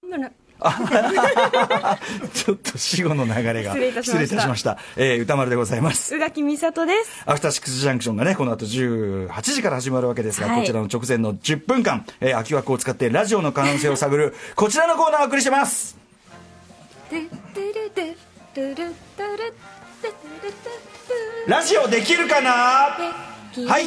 ちょっと死後の流れが失礼いたしました。 歌丸でございます。 宇垣美里です。 アフターシックスジャンクションがねこの後18時から始まるわけですが、 はい、 こちらの直前の10分間、空き枠を使ってラジオの可能性を探るこちらのコーナーをお送りしてます。ラジオできるかな。はい、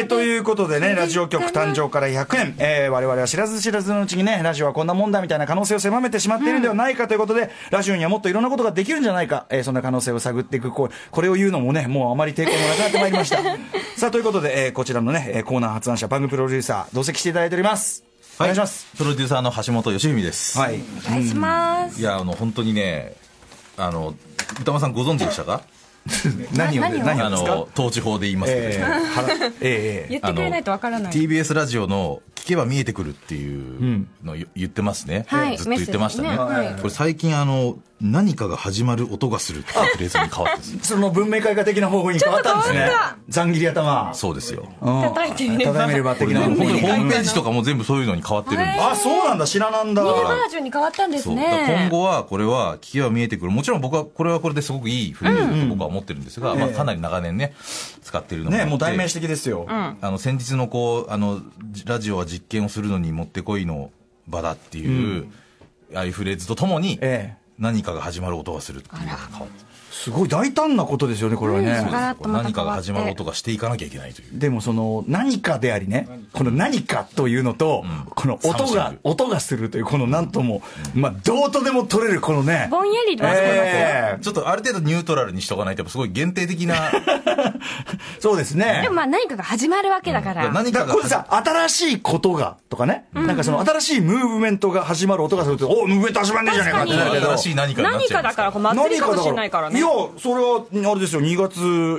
ということでね、ラジオ局誕生から100年、我々は知らず知らずのうちにね、ラジオはこんなもんだみたいな可能性を狭めてしまっているんではないかということで、ラジオにはもっといろんなことができるんじゃないか、そんな可能性を探っていく、これを言うのもね、もうあまり抵抗もなくなってまいりました。さあ、ということで、こちらのね、コーナー発案者、番組プロデューサー、同席していただいております。お願いします。 プロデューサーの橋本良文です。 はい。 お願いします。 いや、本当にね、歌間さんご存知でしたか？ 何をですか？ 統治法で言いますけど、 言ってくれないとわからない。 TBS ラジオの聞けば見えてくるっていうのを言ってますね、 はい、 ずっと言ってましたね、 はい、 これ最近何かが始まる音がするっていうフレーズに変わってるんです。 その文明開化的な方法に変わったんですね。ざん切り頭。 そうですよ。 叩いてみれば。 叩いてみれば的な。 本当にホームページとかも全部そういうのに変わってるんです。 あ、そうなんだ、知らなんだ。 ミニバージョンに変わったんですね。 今後はこれは聞けば見えてくる。もちろん僕はこれはこれですごくいいフレーズと僕は思ってるんですが、まあかなり長年ね使ってるのもあって。 ね、もう代名詞的ですよ。 先日のラジオは実験をするのにもってこいの場だっていう、ああいうフレーズとともに。何かが始まる音がするっていうのが変わって、 すごい大胆なことですよね、これはね。 何かが始まる音がしていかなきゃいけないという。 でもその何かでありね、この何かというのと、この音がするというこのなんとも、まあどうとでも取れるこのね、 ぼんやりとちょっとある程度ニュートラルにしとかないとすごい限定的なそうですね。 でもまあ何かが始まるわけだから、 何かがこれさ、新しいことがとかね、なんかその新しいムーブメントが始まる音がすると、お、ムーブメント始まんねえじゃないかってなるけど、 新しい何かだから祭りかもしれないからね。 いや、それはあれですよ、2月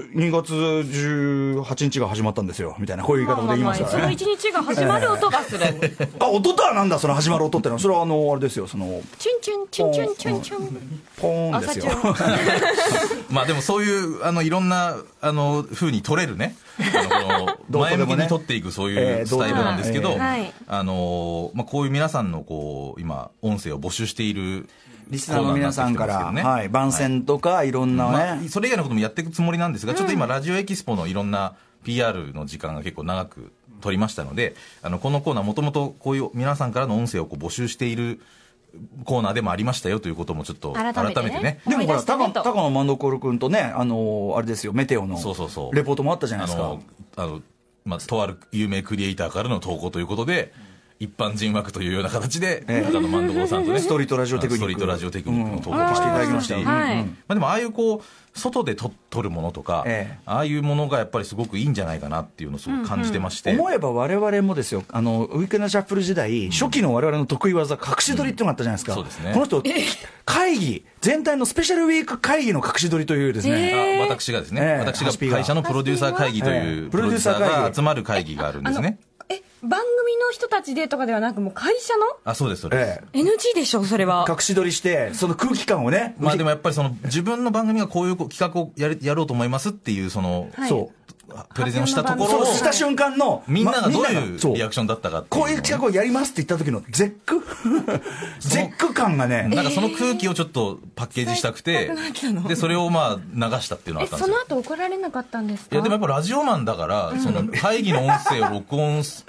18日が始まったんですよみたいな、こういう言い方で言いますからね。 その1日が始まる音がする。 あ、音とはなんだ、その始まる音ってのは。それはあれですよ、そのチュンチュンチュンチュンチュンチュンポーンですよ。 まあでもそういういろんな風に取れるね、前向きに取っていくそういうスタイルなんですけど、まあこういう皆さんの今音声を募集しているリスナーの皆さんから、はい、番宣とかいろんなね、 それ以外のこともやっていくつもりなんですが、ちょっと今ラジオエキスポのいろんな PR の時間が結構長く取りましたので、このコーナーもともとこういう皆さんからの音声を募集しているコーナーでもありましたよということもちょっと改めてね。 でもほら、高野万所君とね、あれですよ、メテオのレポートもあったじゃないですか。 まあ、とある有名クリエイターからの投稿ということで、一般人枠というような形で、高野万所さんとね、 ストリートラジオテクニックの投稿していただきました。まあでもああいう外で撮るものとか、ああいうものがやっぱりすごくいいんじゃないかなっていうのをすごく感じてまして、 思えば我々もですよ、ウィークエンドシャッフル時代、初期の我々の得意技、隠し撮りっていうのがあったじゃないですか。 そうですね。 この人会議全体のスペシャルウィーク会議の隠し撮りというですね、 私がですね、私が会社のプロデューサー会議というプロデューサーが集まる会議があるんですね。 番組の人たちでとかではなく、もう会社の、 あ、そうです、そうです。 NG でしょ、それは。 隠し撮りして、その空気感をね。 まあでもやっぱり自分の番組がこういう企画をやろうと思いますっていう、プレゼンをしたところを、 した瞬間の、 みんながどういうリアクションだったかっていう。 こういう企画をやりますって言った時の絶句感がね。 なんかその空気をちょっとパッケージしたくて、で、それをまあ流したっていうのがあったんですよ。 その後怒られなかったんですか？ いや、でもやっぱラジオマンだから、会議の音声を録音して、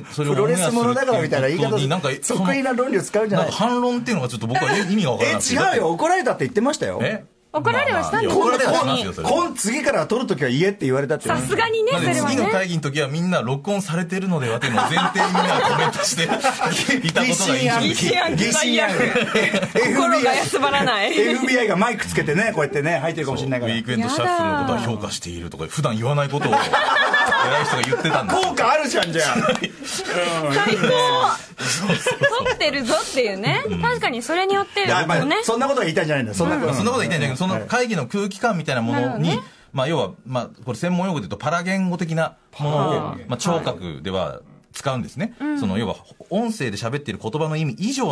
それをプロレスものだからみたいな言い方で、 なんか得意な論理を使うんじゃない？ 反論っていうのがちょっと僕は意味がわからなくて。 違うよ、怒られたって言ってましたよ。 怒られはしたんですよ。怒られはしますよ、それ。 次から撮るときは言えって言われたって。 さすがにね、それはね。 次の会議の時はみんな録音されてるのではっていうのを前提にみんなコメントしていたことが印象的。 疑心暗鬼。 心が休まらない。 FBI がマイクつけてね、こうやってね、入ってるかもしれないから。 ウィークエンドシャッフルのことは評価しているとか、普段言わないことを偉い人が言ってたんです。 効果あるじゃん、じゃあ。 最高。撮ってるぞっていうね。確かにそれによってそんなことは言いたいんじゃないんだ。そんなことは言いたいんだけど、その会議の空気感みたいなものに、まあ要は、まあこれ専門用語で言うとパラ言語的なものを、まあ聴覚では使うんですね。要は音声で喋っている言葉の意味以上の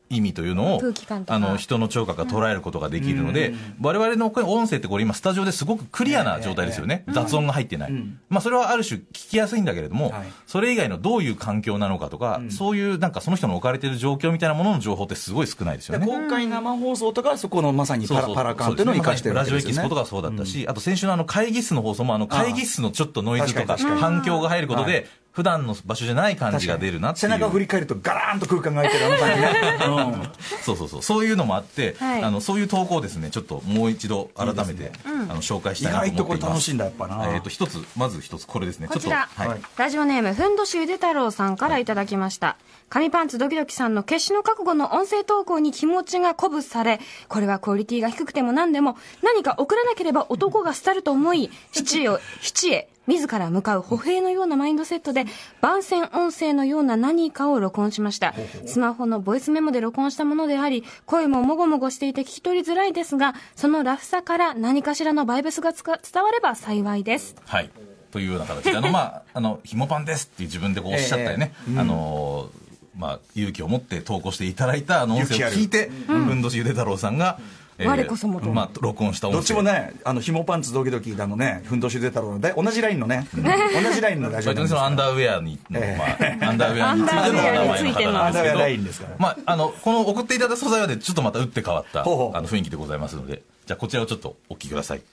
意味というのを空気感とか人の聴覚が捉えることができるので、我々の音声ってこれ今スタジオですごくクリアな状態ですよね、雑音が入ってない、まあ、それはある種聞きやすいんだけれども、それ以外のどういう環境なのかとか、そういうなんかその人の置かれている状況みたいなものの情報ってすごい少ないですよね。 公開生放送とかそこのまさにパラ感というのを生かしてるわけですよね。 ラジオエキスポとかそうだったし、あと先週の会議室の放送も会議室のちょっとノイズとか反響が入ることで、普段の場所じゃない感じが出るなっていう。 背中を振り返るとガラーンと空間が空いてるあの感じね、 そういうのもあって、 はいそういう投稿をですねちょっともう一度改めて紹介したいなと思っています。 意外とこれ楽しいんだやっぱな。 まず一つこれですね。 こちら、 ちょっと、はい、 ラジオネームふんどしゆで太郎さんからいただきました。紙パンツドキドキさんの決死の覚悟の音声投稿に気持ちが鼓舞され、これはクオリティが低くても何でも何か送らなければ男が廃ると思い、七へ自ら向かう歩兵のようなマインドセットで番宣音声のような何かを録音しました。スマホのボイスメモで録音したものであり、声ももごもごしていて聞き取りづらいですが、そのラフさから何かしらのバイブスが伝われば幸いです。 はい、というような形でひもパンですって自分でこうおっしゃったよね、勇気を持って投稿していただいた音声を聞いて、ふんどしゆで太郎さんが我こそもと、 録音した音声、 どっちもね、ひもパンツドキドキだのね、ふんどしゆで太郎の同じラインのね、同じラインのラジオなんですそのアンダーウェアに、アンダーウェアについての名前の方なんですけど、 アンダーウェアラインですから、 この送っていただいた素材はちょっとまた打って変わったほう雰囲気でございますので、じゃあこちらをちょっとお聞きください。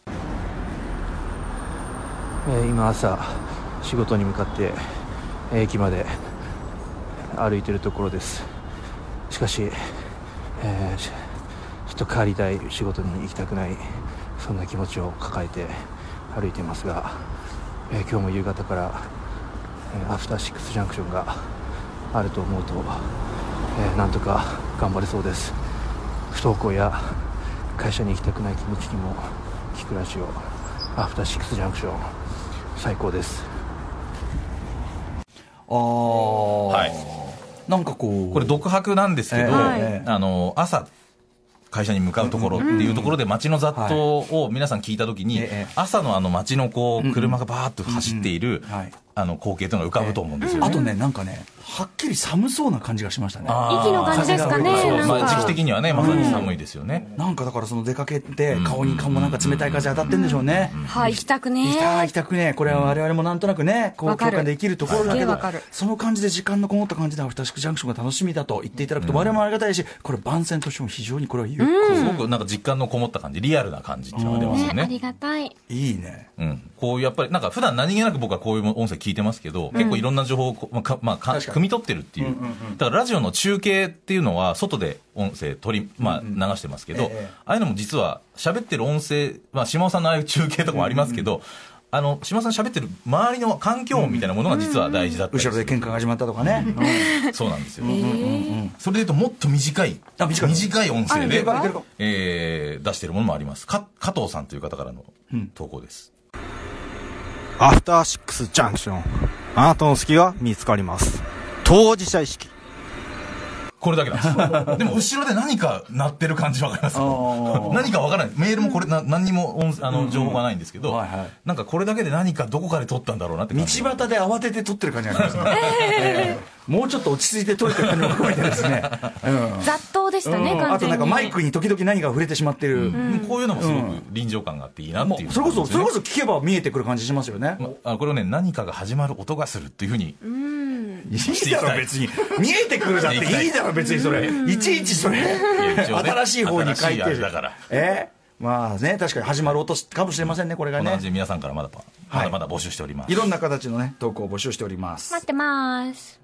今朝仕事に向かって駅まで歩いているところです。しかし、ちょっと帰りたい、仕事に行きたくない、そんな気持ちを抱えて歩いていますが、今日も夕方から、アフターシックスジャンクションがあると思うと、なんとか頑張れそうです。不登校や会社に行きたくない気持ちにも聞くラジオ、アフターシックスジャンクション、最高です。 なんかこれ独白なんですけど、朝会社に向かうところっていうところで街の雑踏を皆さん聞いたときに、朝の街の車がバーッと走っている光景というのが浮かぶと思うんですよね。 あとね、なんかね、はっきり寒そうな感じがしましたね。 息の感じですかね。 時期的にはね、まさに寒いですよね。 なんかだからその出かけて顔になんか冷たい風当たってんでしょうね。 はい、行きたくね行きたくね。これは我々もなんとなくね、共感できるところだけど、その感じで時間のこもった感じでアフターシックスジャンクションが楽しみだと言っていただくと我々もありがたいし、これ番宣としても非常にこれは有効。 すごくなんか実感のこもった感じ、リアルな感じっていうのが出ますよね。 ありがたい。 いいね。 こういうやっぱりなんか普段何気なく僕はこういう音声聞いてますけど、結構いろんな情報を汲み取ってるっていう。だからラジオの中継っていうのは外で音声流してますけど、ああいうのも実は喋ってる音声、島尾さんのああいう中継とかもありますけど、島尾さん喋ってる周りの環境音みたいなものが実は大事だったりする。 後ろで喧嘩が始まったとかね。 そうなんですよ。それでいうともっと短い音声で出してるものもあります。加藤さんという方からの投稿です。 アフターシックスジャンクション、あなたの好きが見つかります。当事者意識。 これだけなんですよ。でも後ろで何か鳴ってる感じわかります何かわからない。メールもこれ何にも情報がないんですけど、なんかこれだけで何かどこかで撮ったんだろうなって感じ。 道端で慌てて撮ってる感じがありますね。もうちょっと落ち着いて撮れてる感じも含めてですね。 雑踏でしたね、完全に。 あとなんかマイクに時々何か触れてしまってる。 こういうのもすごく臨場感があっていいなっていう。 それこそ聞けば見えてくる感じしますよね。 これをね、何かが始まる音がするっていうふうに。 いいだろ別に。見えてくるだっていいだろ別にそれ。いちいちそれ。新しい方に書いてる。まあね、確かに始まる音かもしれませんね、これがね。 こんな感じで皆さんからまだまだ募集しております。 いろんな形のね、投稿を募集しております。 待ってます。